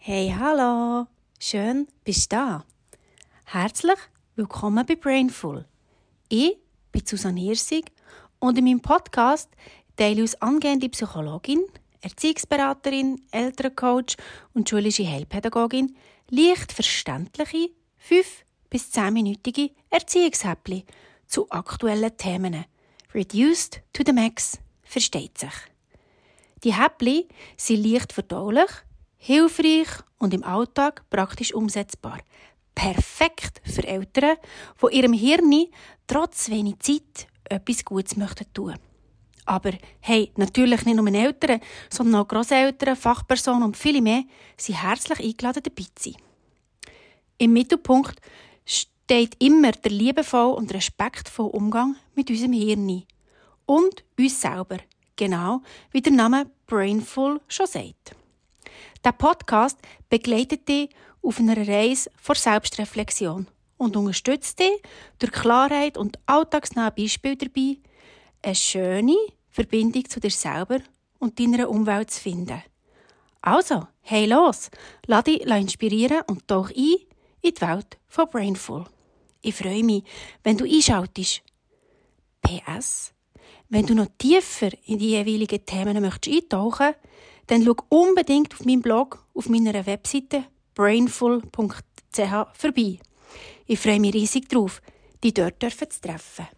Hey, hallo! Schön, bist du da. Herzlich willkommen bei Brainful. Ich bin Susanne Hirsig und in meinem Podcast teile ich als angehende Psychologin, Erziehungsberaterin, Elterncoach und schulische Heilpädagogin leicht verständliche 5- bis 10-minütige Erziehungshäppchen zu aktuellen Themen. Reduced to the max, versteht sich. Die Häppchen sind leicht verdaulich, hilfreich und im Alltag praktisch umsetzbar. Perfekt für Eltern, die ihrem Hirn trotz wenig Zeit etwas Gutes möchten tun. Aber hey, natürlich nicht nur Eltern, sondern auch Grosseltern, Fachpersonen und viele mehr sind herzlich eingeladen, dabei zu sein. Im Mittelpunkt steht immer der liebevolle und respektvolle Umgang mit unserem Hirn und uns selber, genau wie der Name Brainful schon sagt. Der Podcast begleitet dich auf einer Reise vor Selbstreflexion und unterstützt dich durch Klarheit und alltagsnahe Beispiele dabei, eine schöne Verbindung zu dir selber und deiner Umwelt zu finden. Also, hey los, lass dich inspirieren und tauch ein in die Welt von Brainful. Ich freue mich, wenn du einschaltest. PS: Wenn du noch tiefer in die jeweiligen Themen möchtest eintauchen, dann schau unbedingt auf meinem Blog auf meiner Webseite brainful.ch vorbei. Ich freue mich riesig darauf, dich dort zu treffen.